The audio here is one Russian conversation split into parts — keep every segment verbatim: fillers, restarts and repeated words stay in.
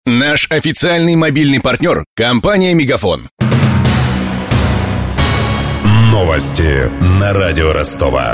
Наш официальный мобильный партнер – компания «Мегафон». Новости на радио Ростова.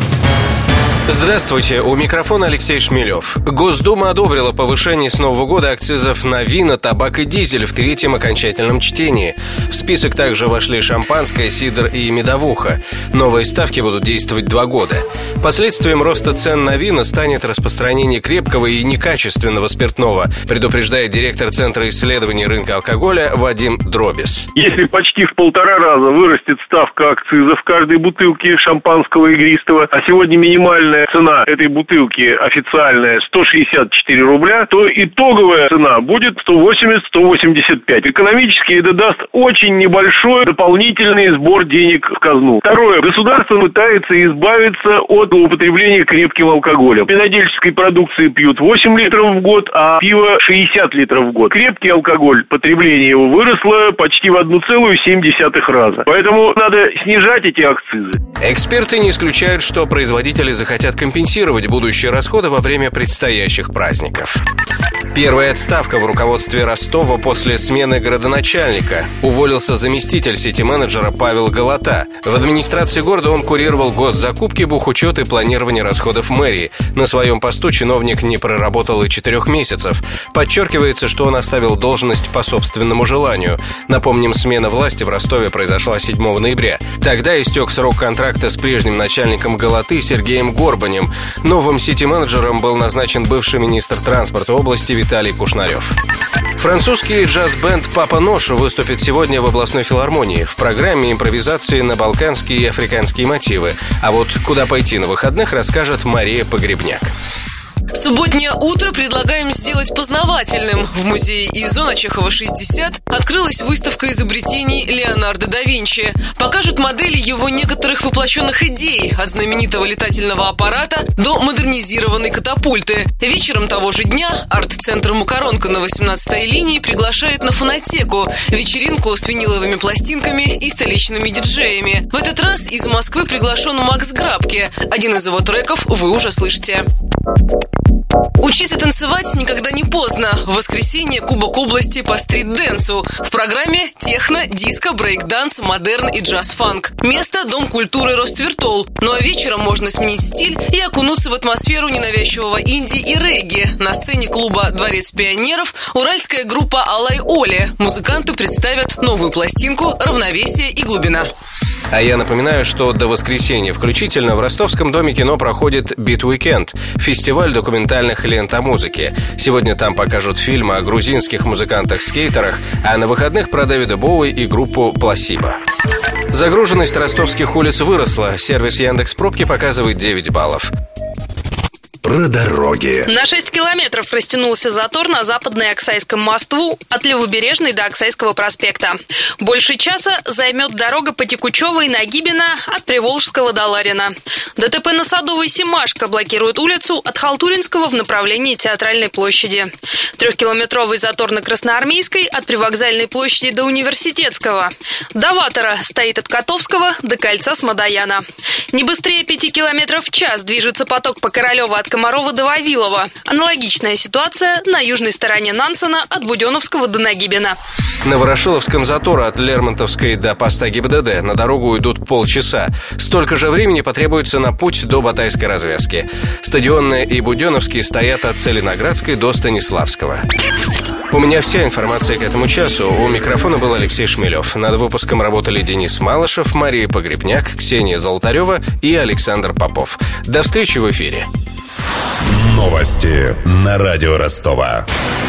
Здравствуйте, у микрофона Алексей Шмелев. Госдума одобрила повышение с нового года акцизов на вина, табак и дизель в третьем окончательном чтении. В список также вошли шампанское, сидр и медовуха. Новые ставки будут действовать два года. Последствием роста цен на вина станет распространение крепкого и некачественного спиртного, предупреждает директор Центра исследований рынка алкоголя Вадим Дробис. Если почти в полтора раза вырастет ставка акцизов в каждой бутылке шампанского игристого, а сегодня минимальная цена этой бутылки официальная сто шестьдесят четыре рубля, то итоговая цена будет сто восемьдесят - сто восемьдесят пять. Экономически это даст очень небольшой дополнительный сбор денег в казну. Второе. Государство пытается избавиться от употребления крепким алкоголем. Винодельческой продукции пьют восемь литров в год, а пиво шестьдесят литров в год. Крепкий алкоголь, потребление его выросло почти в один целых семь десятых раза. Поэтому надо снижать эти акцизы. Эксперты не исключают, что производители захотят компенсировать будущие расходы во время предстоящих праздников. Первая отставка в руководстве Ростова после смены градоначальника. Уволился заместитель сити-менеджера Павел Голота. В администрации города он курировал госзакупки, бухучет и планирование расходов мэрии. На своем посту чиновник не проработал и четырех месяцев. Подчеркивается, что он оставил должность по собственному желанию. Напомним, смена власти в Ростове произошла седьмого ноября. Тогда истек срок контракта с прежним начальником Голоты Сергеем Горбанем. Новым сити-менеджером был назначен бывший министр транспорта области Виталий Кушнарев. Французский джаз-бенд «Папа Нош» выступит сегодня в областной филармонии. В программе импровизации на балканские и африканские мотивы. А вот куда пойти на выходных, расскажет Мария Погребняк. Субботнее утро предлагаем сделать познавательным. В музее ИЗО Чехова шестьдесят открылась выставка изобретений Леонардо да Винчи. Покажут модели его некоторых воплощенных идей, от знаменитого летательного аппарата до модернизированной катапульты. Вечером того же дня арт-центр «Макаронка» на восемнадцатой линии приглашает на фонотеку, вечеринку с виниловыми пластинками и столичными диджеями. В этот раз из Москвы приглашен Макс Грабке. Один из его треков вы уже слышите. Учиться танцевать никогда не поздно. В воскресенье Кубок области по стрит-дэнсу. В программе техно, диско, брейк-данс, модерн и джаз-фанк. Место – Дом культуры Роствертол. Ну а вечером можно сменить стиль и окунуться в атмосферу ненавязчивого инди и регги. На сцене клуба «Дворец пионеров» уральская группа «Алай Оли». Музыканты представят новую пластинку «Равновесие и глубина». А я напоминаю, что до воскресенья включительно в Ростовском доме кино проходит «Бит Уикенд» – фестиваль документальных лент о музыке. Сегодня там покажут фильмы о грузинских музыкантах-скейтерах, а на выходных про Дэвида Боуи и группу «Пласибо». Загруженность ростовских улиц выросла. Сервис Яндекс.Пробки показывает девять баллов. Про дороги. На шесть километров растянулся затор на Западной Аксайском мосту от Левобережной до Аксайского проспекта. Больше часа займет дорога по Текучевой на Гибина от Приволжского до Ларина. ДТП на Садовой Семашко блокирует улицу от Халтуринского в направлении Театральной площади. Трехкилометровый затор на Красноармейской от Привокзальной площади до Университетского. До Ватора стоит от Котовского до кольца Смодояна. Не быстрее пяти километров в час движется поток по Королева от Комарова до Вавилова. Аналогичная ситуация на южной стороне Нансена от Буденновского до Нагибина. На Ворошиловском затор от Лермонтовской до поста ГИБДД на дорогу уйдут полчаса. Столько же времени потребуется на путь до Батайской развязки. Стадионная и Буденновский стоят от Целиноградской до Станиславского. У меня вся информация к этому часу. У микрофона был Алексей Шмелев. Над выпуском работали Денис Малышев, Мария Погребняк, Ксения Золотарева и Александр Попов. До встречи в эфире. Новости на радио Ростова.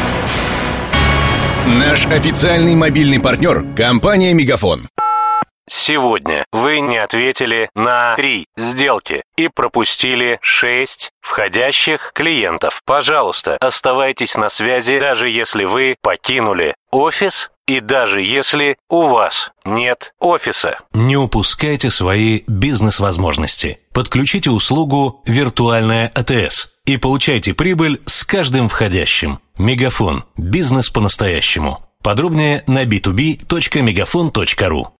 Наш официальный мобильный партнер – компания «Мегафон». Сегодня вы не ответили на три сделки и пропустили шесть входящих клиентов. Пожалуйста, оставайтесь на связи, даже если вы покинули офис и даже если у вас нет офиса. Не упускайте свои бизнес-возможности. Подключите услугу «Виртуальная АТС» и получайте прибыль с каждым входящим. Мегафон. Бизнес по-настоящему. Подробнее на би ту би точка мегафон точка ру.